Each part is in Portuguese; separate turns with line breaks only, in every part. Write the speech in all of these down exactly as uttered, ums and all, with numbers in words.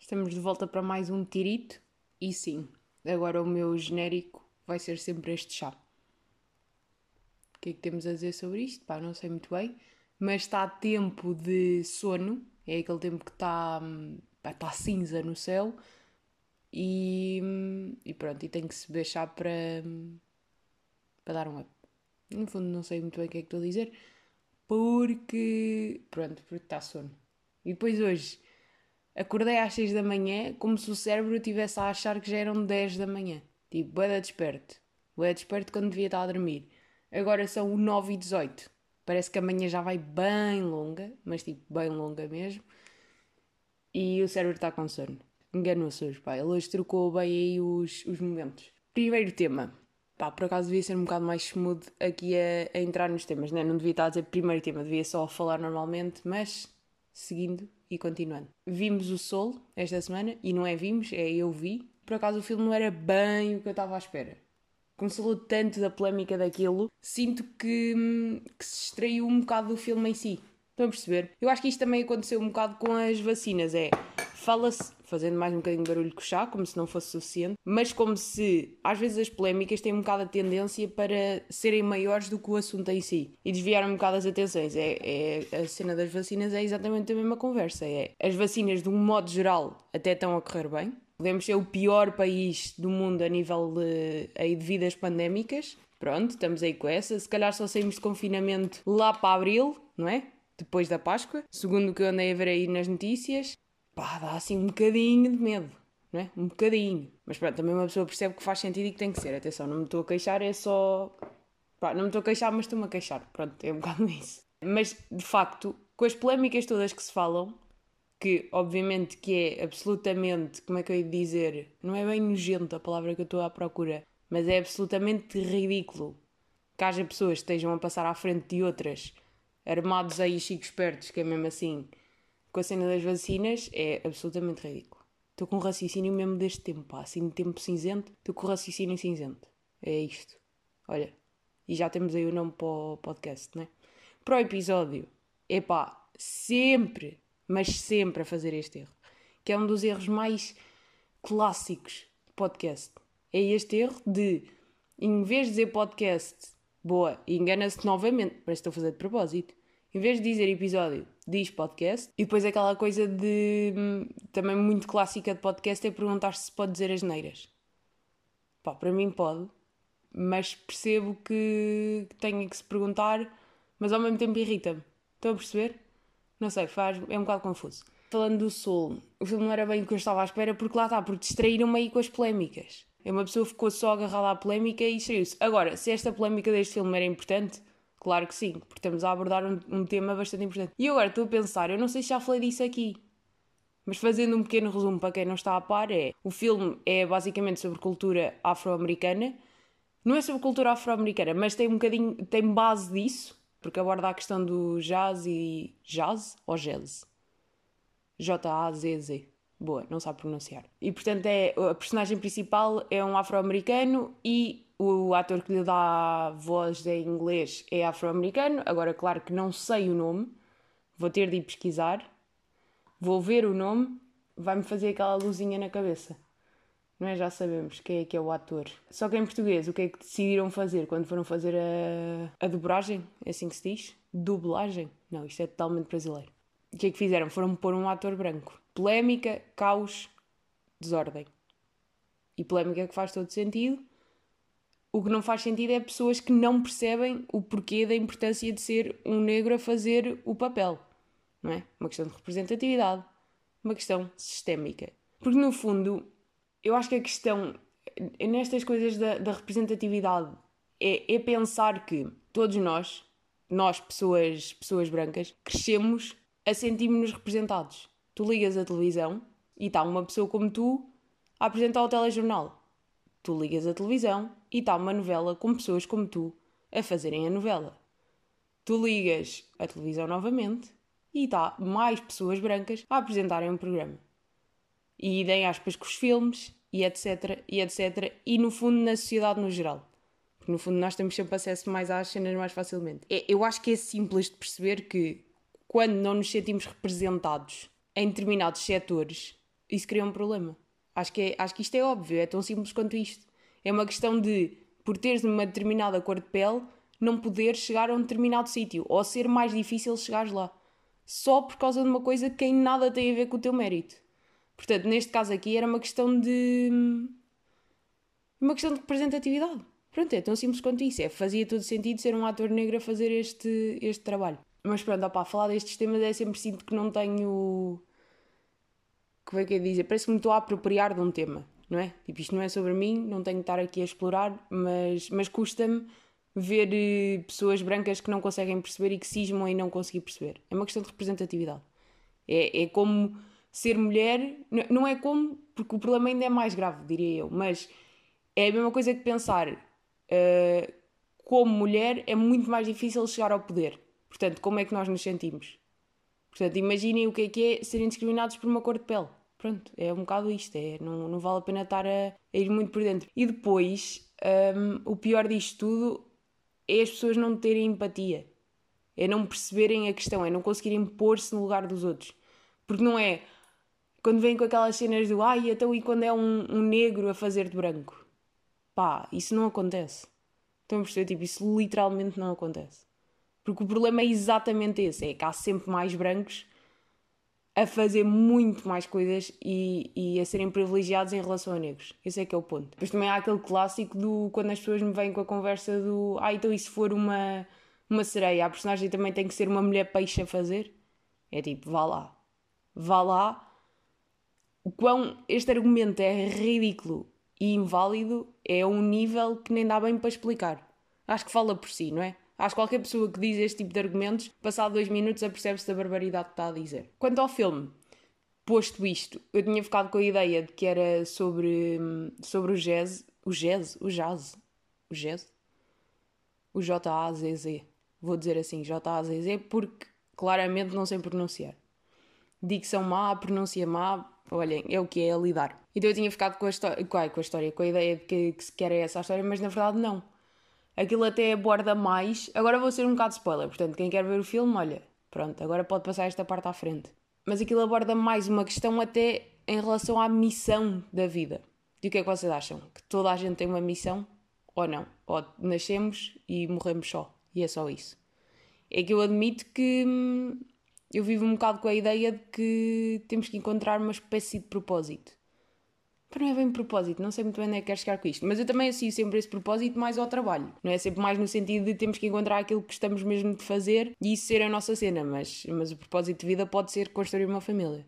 Estamos de volta para mais um tirito e sim, agora o meu genérico vai ser sempre este chá. O que é que temos a dizer sobre isto? Pá, não sei muito bem, mas está tempo de sono, é aquele tempo que está, pá, está cinza no céu e, e pronto, e tem que se beber chá para, para dar um up. No fundo não sei muito bem o que é que estou a dizer, porque, pronto, porque está sono. E depois hoje acordei às seis da manhã como se o cérebro estivesse a achar que já eram dez da manhã. Tipo, bué da desperto. Bué desperto quando devia estar a dormir. Agora são nove e dezoito. Parece que a manhã já vai bem longa, mas tipo, bem longa mesmo. E o cérebro está com sono. Enganou-se hoje, pá. Ele hoje trocou bem aí os, os momentos. Primeiro tema. Pá, por acaso devia ser um bocado mais smooth aqui a, a entrar nos temas, né? Não devia estar a dizer primeiro tema, devia só falar normalmente, mas seguindo e continuando. Vimos o Soul esta semana, e não é vimos, é eu vi. Por acaso o filme não era bem o que eu estava à espera. Como se falou tanto da polémica daquilo, sinto que, que se extraiu um bocado do filme em si. Estão a perceber? Eu acho que isto também aconteceu um bocado com as vacinas. É, fala-se, fazendo mais um bocadinho de barulho com o chá, como se não fosse suficiente, mas como se, às vezes, as polémicas têm um bocado a tendência para serem maiores do que o assunto em si. E desviaram um bocado as atenções. É, é, a cena das vacinas é exatamente a mesma conversa. É, as vacinas, de um modo geral, até estão a correr bem. Podemos ser o pior país do mundo a nível de, aí, de vidas pandémicas. Pronto, estamos aí com essa. Se calhar só saímos de confinamento lá para abril, não é? Depois da Páscoa. Segundo o que eu andei a ver aí nas notícias. Pá, dá assim um bocadinho de medo, não é? Um bocadinho. Mas pronto, também uma pessoa percebe que faz sentido e que tem que ser. Atenção, não me estou a queixar, é só... Pá, não me estou a queixar, mas estou-me a queixar. Pronto, é um bocado isso. Mas, de facto, com as polémicas todas que se falam, que obviamente que é absolutamente, como é que eu ia dizer, não é bem nojento a palavra que eu estou à procura, mas é absolutamente ridículo que haja pessoas que estejam a passar à frente de outras, armados aí chicos espertos, que é mesmo assim, com a cena das vacinas, é absolutamente ridículo. Estou com um raciocínio mesmo deste tempo, pá, assim de tempo cinzento, estou com o raciocínio cinzento. É isto. Olha, e já temos aí o nome para o podcast, não é? Para o episódio, é pá, sempre... mas sempre a fazer este erro, que é um dos erros mais clássicos de podcast. É este erro de, em vez de dizer podcast, boa, engana-se novamente, parece que estou a fazer de propósito, em vez de dizer episódio, diz podcast, e depois aquela coisa de, também muito clássica de podcast, é perguntar se pode dizer asneiras. Pá, para mim pode, mas percebo que tenho que se perguntar, mas ao mesmo tempo irrita-me. Estão a perceber? Não sei, faz, é um bocado confuso. Falando do Soul, o filme não era bem o que eu estava à espera, porque lá está, porque distraíram-me aí com as polémicas. Uma pessoa ficou só agarrada à polémica e distraiu-se. Agora, se esta polémica deste filme era importante, claro que sim, porque estamos a abordar um, um tema bastante importante. E agora estou a pensar, eu não sei se já falei disso aqui, mas fazendo um pequeno resumo para quem não está a par, é, o filme é basicamente sobre cultura afro-americana. Não é sobre cultura afro-americana, mas tem um bocadinho, tem base disso, porque aborda a questão do jazz e... Jazz ou jazz? J A Z Z. Boa, não sabe pronunciar. E portanto é, a personagem principal é um afro-americano e o ator que lhe dá a voz em inglês é afro-americano. Agora, claro que não sei o nome, vou ter de ir pesquisar, vou ver o nome, vai-me fazer aquela luzinha na cabeça. Não é? Já sabemos quem é que é o ator. Só que em português, o que é que decidiram fazer quando foram fazer a, a dobragem? É assim que se diz? Dublagem? Não, isto é totalmente brasileiro. O que é que fizeram? Foram pôr um ator branco. Polémica, caos, desordem. E polémica que faz todo sentido. O que não faz sentido é pessoas que não percebem o porquê da importância de ser um negro a fazer o papel. Não é? Uma questão de representatividade. Uma questão sistémica. Porque no fundo... Eu acho que a questão, nestas coisas da, da representatividade, é, é pensar que todos nós, nós pessoas, pessoas brancas, crescemos a sentirmos-nos representados. Tu ligas a televisão e está uma pessoa como tu a apresentar o telejornal. Tu ligas a televisão e está uma novela com pessoas como tu a fazerem a novela. Tu ligas a televisão novamente e está mais pessoas brancas a apresentarem um programa. E idem aspas com os filmes, e etc, e etc, e no fundo na sociedade no geral. Porque no fundo nós temos sempre acesso mais às cenas mais facilmente. Eu acho que é simples de perceber que quando não nos sentimos representados em determinados setores, isso cria um problema. Acho que, é, acho que isto é óbvio, é tão simples quanto isto. É uma questão de, por teres uma determinada cor de pele, não poder chegar a um determinado sítio, ou ser mais difícil chegares lá. Só por causa de uma coisa que em nada tem a ver com o teu mérito. Portanto, neste caso aqui era uma questão de... uma questão de representatividade. Pronto, é tão simples quanto isso. É, fazia todo sentido ser um ator negro a fazer este, este trabalho. Mas pronto, opá, falar destes temas é sempre sinto que não tenho... como é que é dizer? Parece que me estou a apropriar de um tema, não é? Tipo, isto não é sobre mim, não tenho que estar aqui a explorar, mas, mas custa-me ver eh, pessoas brancas que não conseguem perceber e que cismam em não conseguir perceber. É uma questão de representatividade. É, é como ser mulher, não é como, porque o problema ainda é mais grave, diria eu, mas é a mesma coisa que pensar, uh, como mulher é muito mais difícil chegar ao poder. Portanto, como é que nós nos sentimos? Portanto, imaginem o que é que é serem discriminados por uma cor de pele. Pronto, é um bocado isto, é, não, não vale a pena estar a, a ir muito por dentro. E depois, um, o pior disto tudo é as pessoas não terem empatia. É não perceberem a questão, é não conseguirem pôr-se no lugar dos outros. Porque não é... quando vêm com aquelas cenas do ai, então e quando é um, um negro a fazer de branco? Pá, isso não acontece. Estão a perceber? Tipo, isso literalmente não acontece. Porque o problema é exatamente esse, é que há sempre mais brancos a fazer muito mais coisas e, e a serem privilegiados em relação a negros. Esse é que é o ponto. Depois também há aquele clássico do quando as pessoas me vêm com a conversa do ah, então e se for uma, uma sereia, a personagem também tem que ser uma mulher peixe a fazer? É tipo, vá lá. Vá lá. O quão este argumento é ridículo e inválido é um nível que nem dá bem para explicar. Acho que fala por si, não é? Acho que qualquer pessoa que diz este tipo de argumentos, passado dois minutos, apercebe-se da barbaridade que está a dizer. Quanto ao filme, posto isto, eu tinha ficado com a ideia de que era sobre, sobre o jazz. O jazz? O jazz? O jazz? O J A Z Z. Vou dizer assim, J A Z Z, porque claramente não sei pronunciar. Dicção má, pronúncia má, olhem, é o que é a lidar. Então eu tinha ficado com a, história, com a história, com a ideia de que, que sequer é essa a história, mas na verdade não. Aquilo até aborda mais. Agora vou ser um bocado spoiler, portanto, quem quer ver o filme, olha, pronto, agora pode passar esta parte à frente. Mas aquilo aborda mais uma questão até em relação à missão da vida. E o que é que vocês acham? Que toda a gente tem uma missão? Ou não? Ou nascemos e morremos só? E é só isso. É que eu admito que hum, eu vivo um bocado com a ideia de que temos que encontrar uma espécie de propósito. Mas não é bem propósito, não sei muito bem onde é que quero chegar com isto. Mas eu também associo sempre esse propósito mais ao trabalho. Não é sempre mais no sentido de temos que encontrar aquilo que gostamos mesmo de fazer e isso ser a nossa cena. Mas, mas o propósito de vida pode ser construir uma família.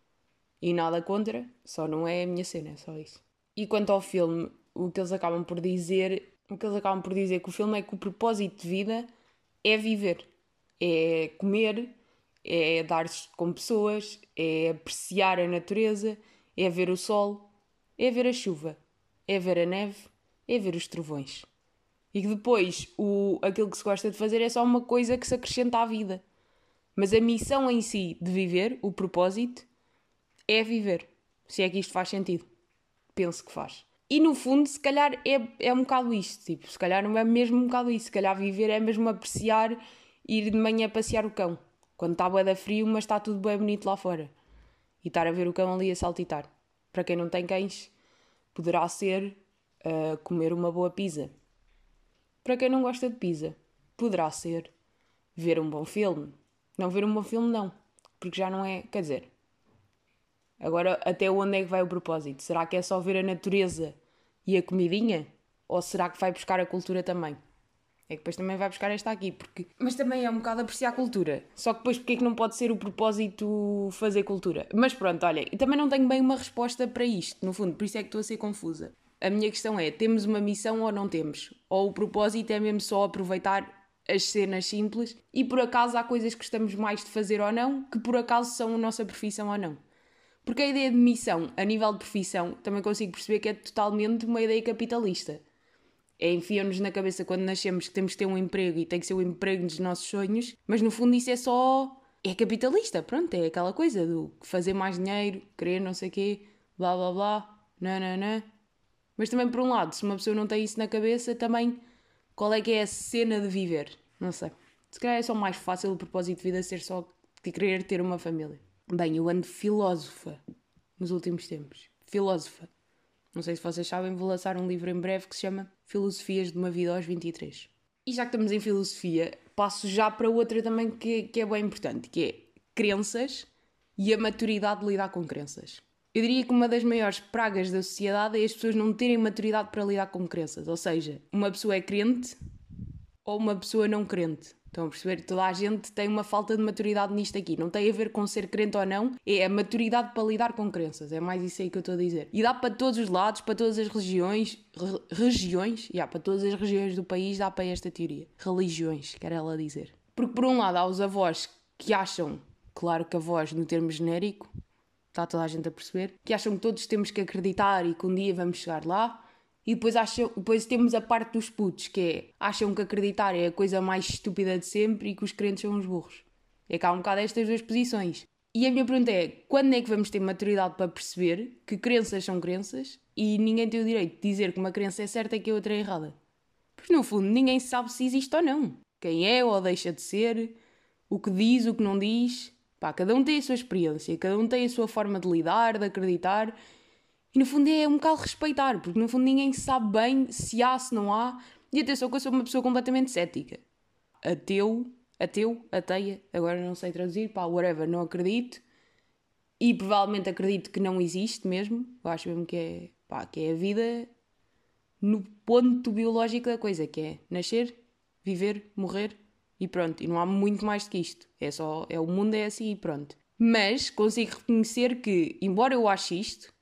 E nada contra, só não é a minha cena, é só isso. E quanto ao filme, o que eles acabam por dizer... O que eles acabam por dizer que o filme é que o propósito de vida é viver. É comer, é dar-se com pessoas, é apreciar a natureza, é ver o sol... é ver a chuva, é ver a neve, é ver os trovões. E que depois o, aquilo que se gosta de fazer é só uma coisa que se acrescenta à vida. Mas a missão em si de viver, o propósito, é viver. Se é que isto faz sentido. Penso que faz. E no fundo, se calhar é, é um bocado isto. Tipo, se calhar não é mesmo um bocado isso. Se calhar viver é mesmo apreciar ir de manhã passear o cão. Quando está bué da frio, mas está tudo bem bonito lá fora. E estar a ver o cão ali a saltitar. Para quem não tem cães, poderá ser uh, comer uma boa pizza. Para quem não gosta de pizza, poderá ser ver um bom filme. Não ver um bom filme, não. Porque já não é... Quer dizer... Agora, até onde é que vai o propósito? Será que é só ver a natureza e a comidinha? Ou será que vai buscar a cultura também? É que depois também vai buscar esta aqui, porque... Mas também é um bocado apreciar a cultura. Só que depois porque é que não pode ser o propósito fazer cultura? Mas pronto, olha, e também não tenho bem uma resposta para isto, no fundo, por isso é que estou a ser confusa. A minha questão é, temos uma missão ou não temos? Ou o propósito é mesmo só aproveitar as cenas simples e por acaso há coisas que gostamos mais de fazer ou não, que por acaso são a nossa profissão ou não? Porque a ideia de missão, a nível de profissão, também consigo perceber que é totalmente uma ideia capitalista. É enfia-nos na cabeça quando nascemos que temos que ter um emprego e tem que ser o emprego dos nossos sonhos, mas no fundo isso é só... é capitalista, pronto, é aquela coisa do fazer mais dinheiro, querer não sei o quê, blá blá blá, nananã. Mas também por um lado, se uma pessoa não tem isso na cabeça, também qual é que é a cena de viver? Não sei. Se calhar é só mais fácil o propósito de vida ser só de querer ter uma família. Bem, eu ando filósofa. nos últimos tempos. Filósofa. Não sei se vocês sabem, vou lançar um livro em breve que se chama Filosofias de uma Vida aos vinte e três. E já que estamos em filosofia, passo já para outra também que, que é bem importante, que é crenças e a maturidade de lidar com crenças. Eu diria que uma das maiores pragas da sociedade é as pessoas não terem maturidade para lidar com crenças. Ou seja, uma pessoa é crente ou uma pessoa não crente. Estão a perceber? Toda a gente tem uma falta de maturidade nisto aqui. Não tem a ver com ser crente ou não, é a maturidade para lidar com crenças. É mais isso aí que eu estou a dizer. E dá para todos os lados, para todas as religiões, re, regiões, yeah, para todas as regiões do país dá para esta teoria. Religiões, quer ela dizer. Porque por um lado há os avós que acham, claro que avós no termo genérico, está toda a gente a perceber, que acham que todos temos que acreditar e que um dia vamos chegar lá. E depois, acham, depois temos a parte dos putos, que é, acham que acreditar é a coisa mais estúpida de sempre e que os crentes são os burros. É que há um bocado estas duas posições. E a minha pergunta é, quando é que vamos ter maturidade para perceber que crenças são crenças e ninguém tem o direito de dizer que uma crença é certa e que a outra é errada? Porque no fundo ninguém sabe se existe ou não. Quem é ou deixa de ser, o que diz, o que não diz. Pá, cada um tem a sua experiência, cada um tem a sua forma de lidar, de acreditar. E no fundo é um bocado respeitar, porque no fundo ninguém sabe bem se há, se não há. E atenção que eu sou uma pessoa completamente cética. Ateu, ateu, ateia, agora não sei traduzir, pá, whatever, não acredito. E provavelmente acredito que não existe mesmo. Eu acho mesmo que é, pá, que é a vida no ponto biológico da coisa, que é nascer, viver, morrer e pronto. E não há muito mais do que isto. É só, é, o mundo é assim e pronto. Mas consigo reconhecer que, embora eu ache isto,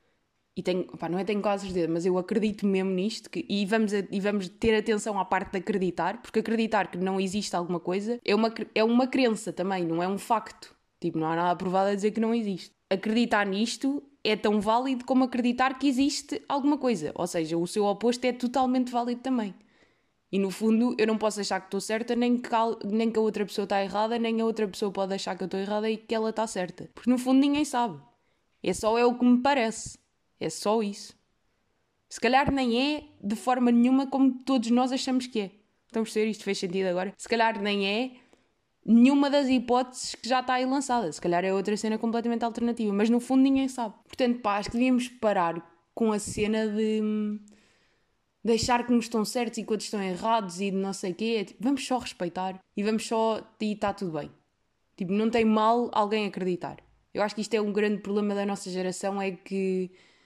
e tenho, pá, não é tenho quase certeza, mas eu acredito mesmo nisto, que, e, vamos a, e vamos ter atenção à parte de acreditar, porque acreditar que não existe alguma coisa é uma, é uma crença também, não é um facto. Tipo, não há nada provado a dizer que não existe. Acreditar nisto é tão válido como acreditar que existe alguma coisa, ou seja, o seu oposto é totalmente válido também. E no fundo eu não posso achar que estou certa, nem que, nem que a outra pessoa está errada, nem a outra pessoa pode achar que eu estou errada e que ela está certa. Porque no fundo ninguém sabe. É só é o que me parece. É só isso. Se calhar nem é de forma nenhuma como todos nós achamos que é. Estão a perceber? Isto fez sentido agora? Se calhar nem é nenhuma das hipóteses que já está aí lançada. Se calhar é outra cena completamente alternativa. Mas no fundo ninguém sabe. Portanto, pá, acho que devíamos parar com a cena de, de achar que uns estão certos e que outros estão errados e de não sei o quê. É, tipo, vamos só respeitar e vamos só... e está tudo bem. Tipo, não tem mal alguém acreditar. Eu acho que isto é um grande problema da nossa geração, é que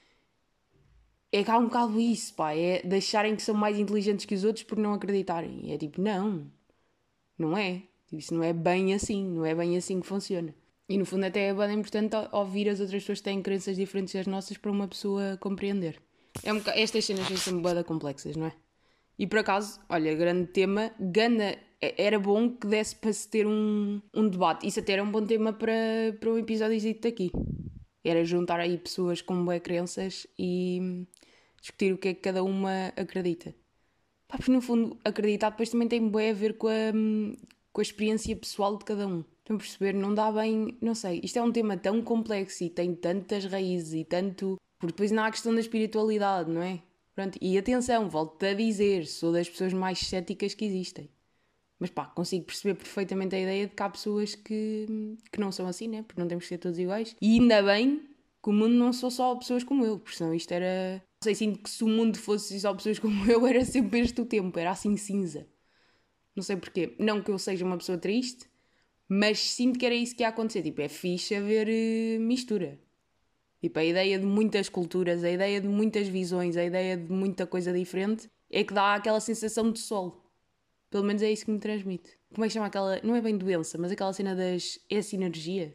é que há um bocado isso, pá, é de acharem que são mais inteligentes que os outros por não acreditarem. E é tipo, não, não é. Tipo, isso não é bem assim, não é bem assim que funciona. E no fundo até é bem importante ouvir as outras pessoas que têm crenças diferentes das nossas para uma pessoa compreender. É um bocado, estas cenas são bem complexas, não é? E por acaso, olha, grande tema, Gana, era bom que desse para se ter um, um debate. Isso até era um bom tema para, para um episódio daqui. Era juntar aí pessoas com boas crenças e discutir o que é que cada uma acredita. Pá, porque no fundo acreditar depois também tem bem a ver com a, com a experiência pessoal de cada um. Estão a perceber? Não dá bem, não sei, isto é um tema tão complexo e tem tantas raízes e tanto... Porque depois não há a questão da espiritualidade, não é? Pronto, e atenção, volto-te a dizer, sou das pessoas mais céticas que existem. Mas pá, consigo perceber perfeitamente a ideia de que há pessoas que, que não são assim, né? Porque não temos que ser todos iguais. E ainda bem que o mundo não são só pessoas como eu, porque senão isto era... Não sei, sinto que se o mundo fosse só pessoas como eu, era sempre este o tempo, era assim cinza. Não sei porquê. Não que eu seja uma pessoa triste, mas sinto que era isso que ia acontecer. Tipo, é fixe haver uh, mistura. Tipo, a ideia de muitas culturas, a ideia de muitas visões, a ideia de muita coisa diferente é que dá aquela sensação de sol. Pelo menos é isso que me transmite. Como é que chama aquela... Não é bem doença, mas aquela cena das... É sinergia?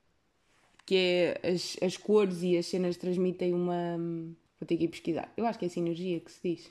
Que é as, as cores e as cenas transmitem uma... Vou ter que ir pesquisar. Eu acho que é sinergia que se diz.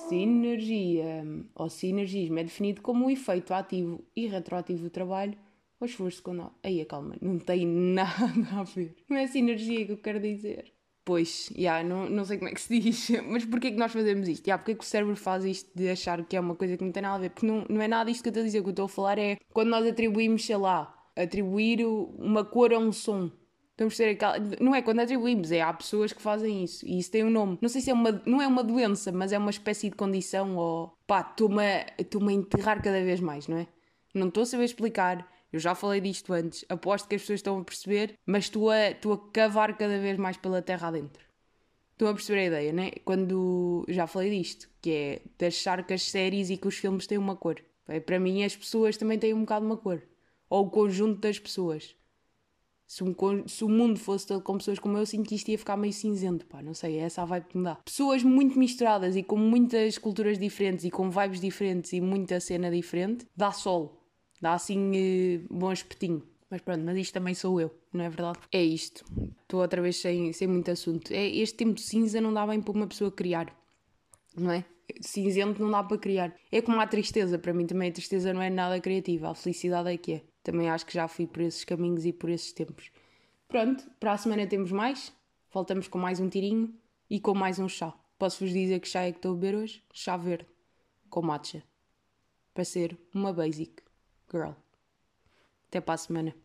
Sinergia ou sinergismo é definido como o efeito ativo e retroativo do trabalho ou esforço secundário. Aí, calma, não tem nada a ver. Não é sinergia que eu quero dizer. Pois, yeah, não, não sei como é que se diz, mas porquê que nós fazemos isto? Yeah, porquê que o cérebro faz isto de achar que é uma coisa que não tem nada a ver? Porque não, não é nada isto que eu estou a dizer. O que eu estou a falar é quando nós atribuímos, sei lá, atribuir uma cor a um som. Estamos a ter aquela... Não é quando atribuímos, é há pessoas que fazem isso e isso tem um nome. Não sei se é uma... Não é uma doença, mas é uma espécie de condição ou... Pá, estou-me a... estou-me a enterrar cada vez mais, não é? Não estou a saber explicar, Eu já falei disto antes. Aposto que as pessoas estão a perceber, mas estou a, estou a cavar cada vez mais pela terra adentro. Estão a perceber a ideia, né? Quando já falei disto, que é de achar que as séries e que os filmes têm uma cor. É, para mim, as pessoas também têm um bocado uma cor. Ou o conjunto das pessoas. Se, um, se o mundo fosse todo com pessoas como eu, sinto que isto ia ficar meio cinzento, pá, não sei, é essa a vibe que me dá. Pessoas muito misturadas e com muitas culturas diferentes e com vibes diferentes e muita cena diferente, dá sol. Dá assim eh, bom espetinho. Mas pronto, mas isto também sou eu, não é verdade? É isto. Estou outra vez sem, sem muito assunto. É, este tempo de cinza não dá bem para uma pessoa criar, não é? Cinzento não dá para criar. É como a tristeza, para mim também a tristeza não é nada criativa, a felicidade é que é. Também acho que já fui por esses caminhos e por esses tempos. Pronto, para a semana temos mais. Voltamos com mais um tirinho e com mais um chá. Posso-vos dizer que chá é que estou a beber hoje? Chá verde, com matcha. Para ser uma basic girl. Até para a semana.